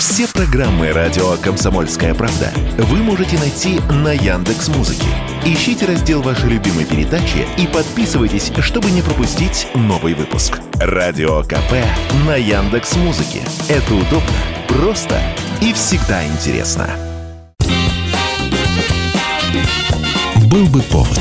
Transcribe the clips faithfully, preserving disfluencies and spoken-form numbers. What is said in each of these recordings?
Все программы радио «Комсомольская правда» вы можете найти на Яндекс.Музыке. Ищите раздел вашей любимой передачи и подписывайтесь, чтобы не пропустить новый выпуск. Радио КП на Яндекс.Музыке. Это удобно, просто и всегда интересно. Был бы повод.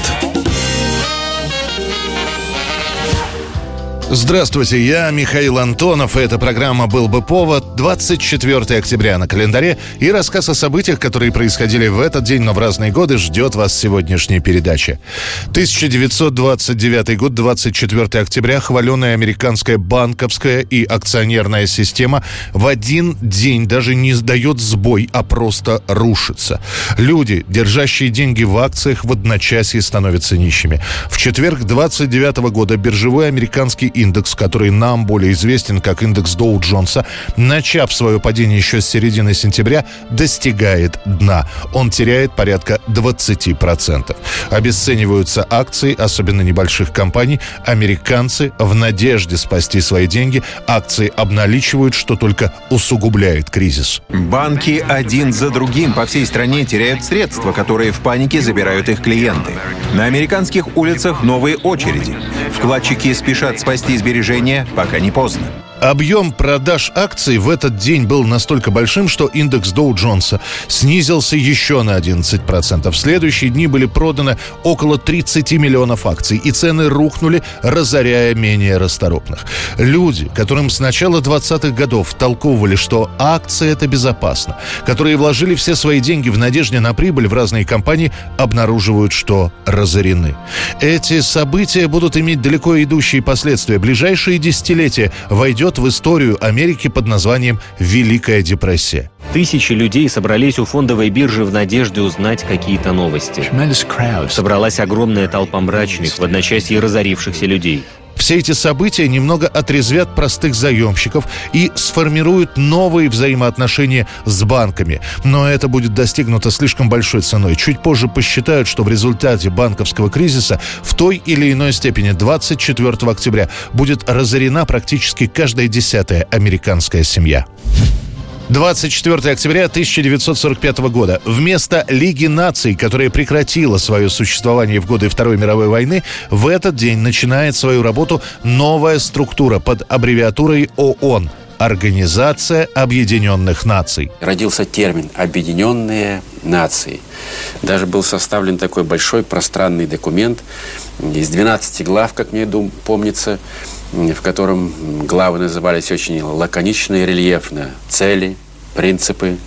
Здравствуйте, я Михаил Антонов, и эта программа «Был бы повод». двадцать четвёртого октября на календаре, и рассказ о событиях, которые происходили в этот день, но в разные годы, ждет вас сегодняшняя передача. тысяча девятьсот двадцать девятый год, двадцать четвёртого октября, хваленая американская банковская и акционерная система в один день даже не сдает сбой, а просто рушится. Люди, держащие деньги в акциях, в одночасье становятся нищими. В четверг двадцать девятого года биржевой американский индекс, который нам более известен как индекс Доу-Джонса, начав свое падение еще с середины сентября, достигает дна. Он теряет порядка двадцать процентов. Обесцениваются акции, особенно небольших компаний. Американцы в надежде спасти свои деньги акции обналичивают, что только усугубляет кризис. Банки один за другим по всей стране теряют средства, которые в панике забирают их клиенты. На американских улицах новые очереди. Вкладчики спешат спасти сбережения, пока не поздно. Объем продаж акций в этот день был настолько большим, что индекс Доу-Джонса снизился еще на одиннадцать процентов. В следующие дни были проданы около тридцать миллионов акций, и цены рухнули, разоряя менее расторопных. Люди, которым с начала двадцатых годов втолковывали, что акции — это безопасно, которые вложили все свои деньги в надежде на прибыль в разные компании, обнаруживают, что разорены. Эти события будут иметь далеко идущие последствия. Ближайшие десятилетия войдет в историю Америки под названием «Великая депрессия». Тысячи людей собрались у фондовой биржи в надежде узнать какие-то новости. Собралась огромная толпа мрачных, в одночасье разорившихся людей. Все эти события немного отрезвят простых заемщиков и сформируют новые взаимоотношения с банками. Но это будет достигнуто слишком большой ценой. Чуть позже посчитают, что в результате банковского кризиса в той или иной степени двадцать четвёртого октября будет разорена практически каждая десятая американская семья. двадцать четвёртого октября тысяча девятьсот сорок пятого года. Вместо Лиги наций, которая прекратила свое существование в годы Второй мировой войны, в этот день начинает свою работу новая структура под аббревиатурой ООН – Организация Объединенных Наций. Родился термин «Объединенные Нации». Даже был составлен такой большой пространный документ из двенадцати глав, как мне помнится, в котором главы назывались очень лаконично и рельефно. Цели, принципы,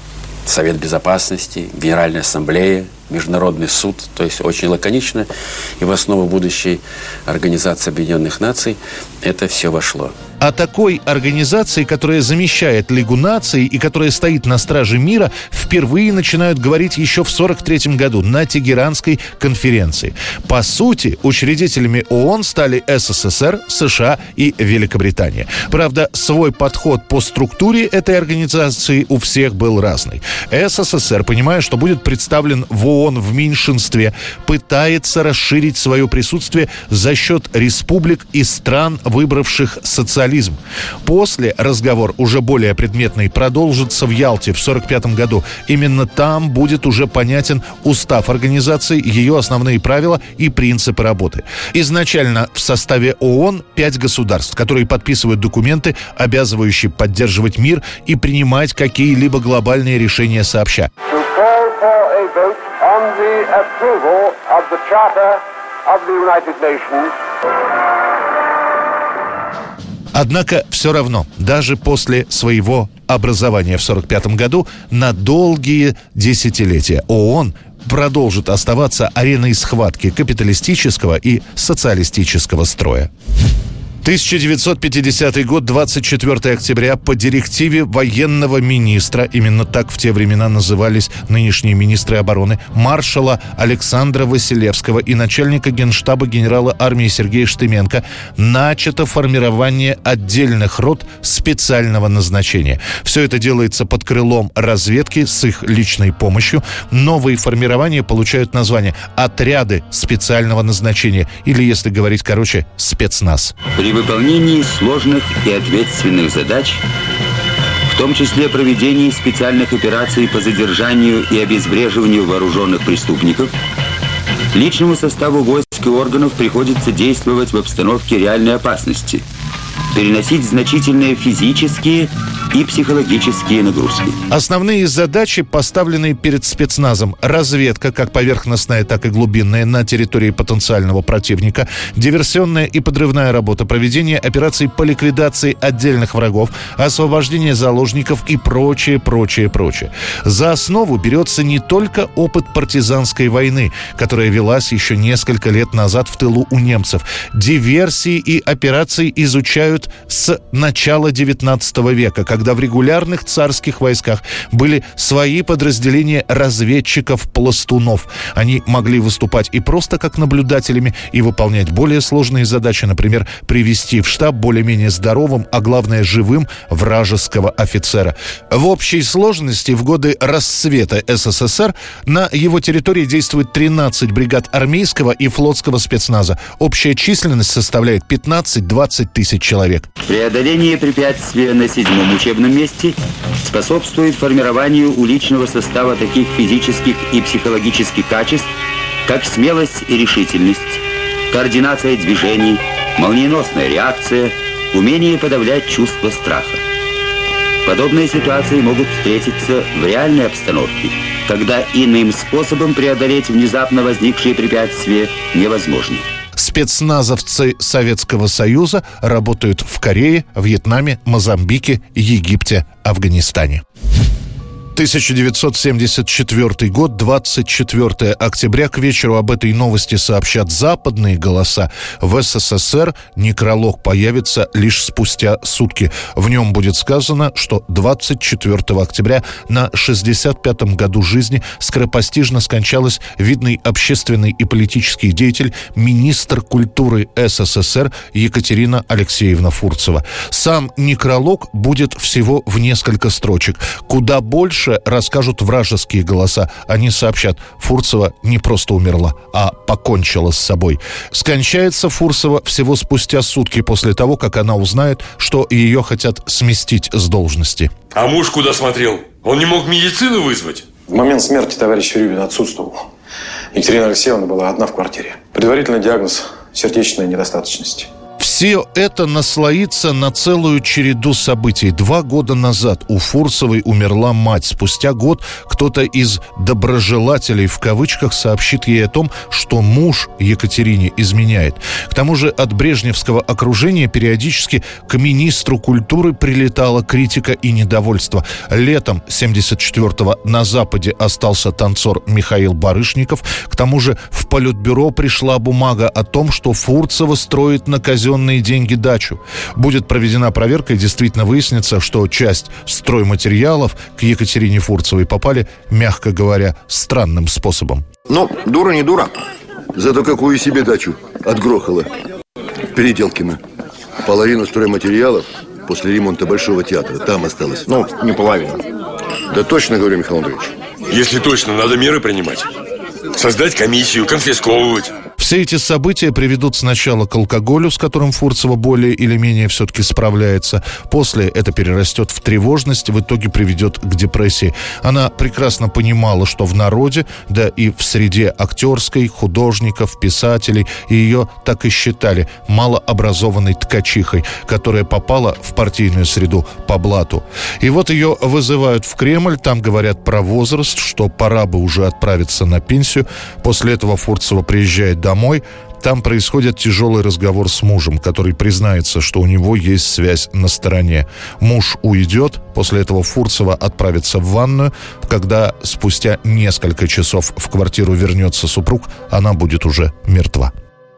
Совет Безопасности, Генеральная Ассамблея, Международный суд. То есть очень лаконично. И в основу будущей Организации Объединенных Наций это все вошло. О такой организации, которая замещает Лигу наций и которая стоит на страже мира, впервые начинают говорить еще в сорок третьем году на Тегеранской конференции. По сути, учредителями ООН стали СССР, США и Великобритания. Правда, свой подход по структуре этой организации у всех был разный. СССР, понимая, что будет представлен в ООН в меньшинстве, пытается расширить свое присутствие за счет республик и стран, выбравших социализм. После разговор, уже более предметный, продолжится в Ялте в сорок пятом году. Именно там будет уже понятен устав организации, ее основные правила и принципы работы. Изначально в составе ООН пять государств, которые подписывают документы, обязывающие поддерживать мир и принимать какие-либо глобальные решения сообща. Однако все равно, даже после своего образования в сорок пятом году, на долгие десятилетия ООН продолжит оставаться ареной схватки капиталистического и социалистического строя. тысяча девятьсот пятидесятый год, двадцать четвёртого октября, по директиве военного министра, именно так в те времена назывались нынешние министры обороны, маршала Александра Василевского и начальника генштаба генерала армии Сергея Штыменко, начато формирование отдельных рот специального назначения. Все это делается под крылом разведки с их личной помощью. Новые формирования получают название «Отряды специального назначения» или, если говорить короче, «Спецназ». При выполнении сложных и ответственных задач в том числе проведении специальных операций по задержанию и обезвреживанию вооруженных преступников, личному составу войск и органов приходится действовать в обстановке реальной опасности, переносить значительные физические и психологические нагрузки. Основные задачи, поставленные перед спецназом: разведка, как поверхностная, так и глубинная, на территории потенциального противника, диверсионная и подрывная работа, проведение операций по ликвидации отдельных врагов, освобождение заложников и прочее, прочее, прочее. За основу берется не только опыт партизанской войны, которая велась еще несколько лет назад в тылу у немцев. Диверсии и операции изучают с начала девятнадцатого века, когда в регулярных царских войсках были свои подразделения разведчиков-пластунов. Они могли выступать и просто как наблюдателями, и выполнять более сложные задачи, например, привести в штаб более-менее здоровым, а главное живым, вражеского офицера. В общей сложности в годы расцвета СССР на его территории действует тринадцать бригад армейского и флотского спецназа. Общая численность составляет пятнадцать-двадцать тысяч человек. Преодоление препятствия на седьмом учебном месте способствует формированию у личного состава таких физических и психологических качеств, как смелость и решительность, координация движений, молниеносная реакция, умение подавлять чувство страха. Подобные ситуации могут встретиться в реальной обстановке, когда иным способом преодолеть внезапно возникшие препятствия невозможно. Спецназовцы Советского Союза работают в Корее, Вьетнаме, Мозамбике, Египте, Афганистане. тысяча девятьсот семьдесят четвёртый год, двадцать четвёртого октября. К вечеру об этой новости сообщат западные голоса. В СССР некролог появится лишь спустя сутки. В нем будет сказано, что двадцать четвёртого октября на шестьдесят пятом году жизни скоропостижно скончалась видный общественный и политический деятель, министр культуры СССР Екатерина Алексеевна Фурцева. Сам некролог будет всего в несколько строчек. Куда больше расскажут вражеские голоса. Они сообщат: Фурцева не просто умерла, а покончила с собой. Скончается Фурцева всего спустя сутки после того, как она узнает, что ее хотят сместить с должности. А муж куда смотрел? Он не мог медицину вызвать? В момент смерти товарищ Рюбин отсутствовал. Екатерина Алексеевна была одна в квартире. Предварительный диагноз – сердечная недостаточность. Все это наслоится на целую череду событий. Два года назад у Фурцевой умерла мать. Спустя год кто-то из «доброжелателей» в кавычках сообщит ей о том, что муж Екатерине изменяет. К тому же от брежневского окружения периодически к министру культуры прилетала критика и недовольство. Летом семьдесят четвёртого на Западе остался танцор Михаил Барышников. К тому же в Политбюро пришла бумага о том, что Фурцева строит на казенные деньги дачу. Будет проведена проверка, и действительно выяснится, что часть стройматериалов к Екатерине Фурцевой попали, мягко говоря, странным способом. Ну, дура не дура. Зато какую себе дачу отгрохала в Переделкино. Половину стройматериалов после ремонта Большого театра там осталось. Ну, не половина. Да точно говорю, Михаил Андреевич. Если точно, надо меры принимать. Создать комиссию, конфисковывать. Все эти события приведут сначала к алкоголю, с которым Фурцева более или менее все-таки справляется. После это перерастет в тревожность, в итоге приведет к депрессии. Она прекрасно понимала, что в народе, да и в среде актерской, художников, писателей, ее так и считали малообразованной ткачихой, которая попала в партийную среду по блату. И вот ее вызывают в Кремль, там говорят про возраст, что пора бы уже отправиться на пенсию. После этого Фурцева приезжает домой. Там происходит тяжелый разговор с мужем, который признается, что у него есть связь на стороне. Муж уйдет, после этого Фурцева отправится в ванную. Когда спустя несколько часов в квартиру вернется супруг, она будет уже мертва.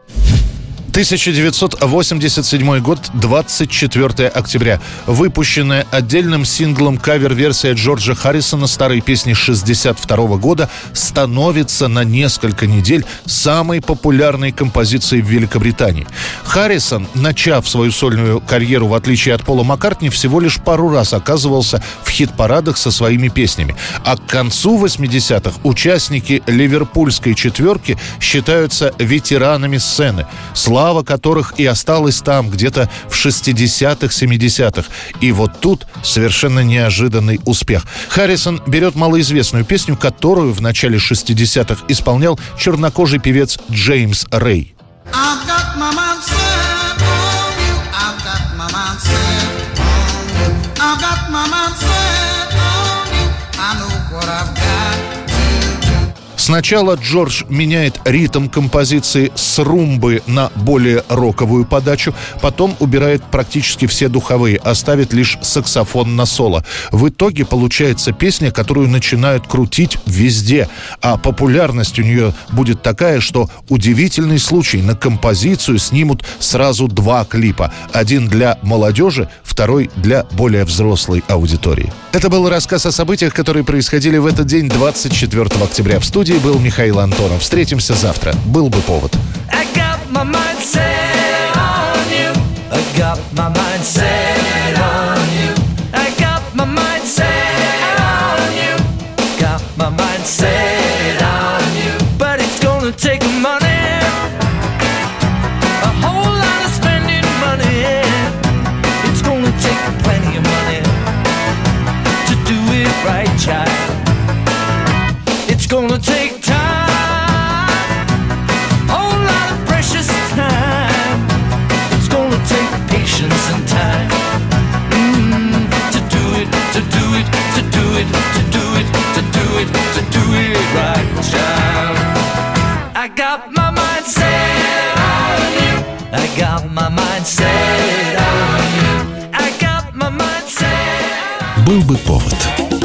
тысяча девятьсот восемьдесят седьмой год, двадцать четвёртого октября. Выпущенная отдельным синглом кавер-версия Джорджа Харрисона старой песни шестьдесят второго года становится на несколько недель самой популярной композицией в Великобритании. Харрисон, начав свою сольную карьеру, в отличие от Пола Маккартни, всего лишь пару раз оказывался в хит-парадах со своими песнями. А к концу восьмидесятых участники ливерпульской четверки считаются ветеранами сцены. Слава слава которых и осталась там, где-то в шестидесятых, семидесятых. И вот тут совершенно неожиданный успех. Харрисон берет малоизвестную песню, которую в начале шестидесятых исполнял чернокожий певец Джеймс Рэй. Сначала Джордж меняет ритм композиции с румбы на более роковую подачу, потом убирает практически все духовые, оставит лишь саксофон на соло. В итоге получается песня, которую начинают крутить везде, а популярность у нее будет такая, что удивительный случай, на композицию снимут сразу два клипа. Один для молодежи, второй для более взрослой аудитории. Это был рассказ о событиях, которые происходили в этот день, двадцать четвёртого октября. В студии был Михаил Антонов. Встретимся завтра. Был бы повод. Right, child. It's gonna take time, whole lot of precious time. It's gonna take patience and time mm, to do it, to do it, to do it, to do it, to do it, to do it right, child. I got my mind set on you. I got my mind set on you. I got my mind set on you. Был бы повод.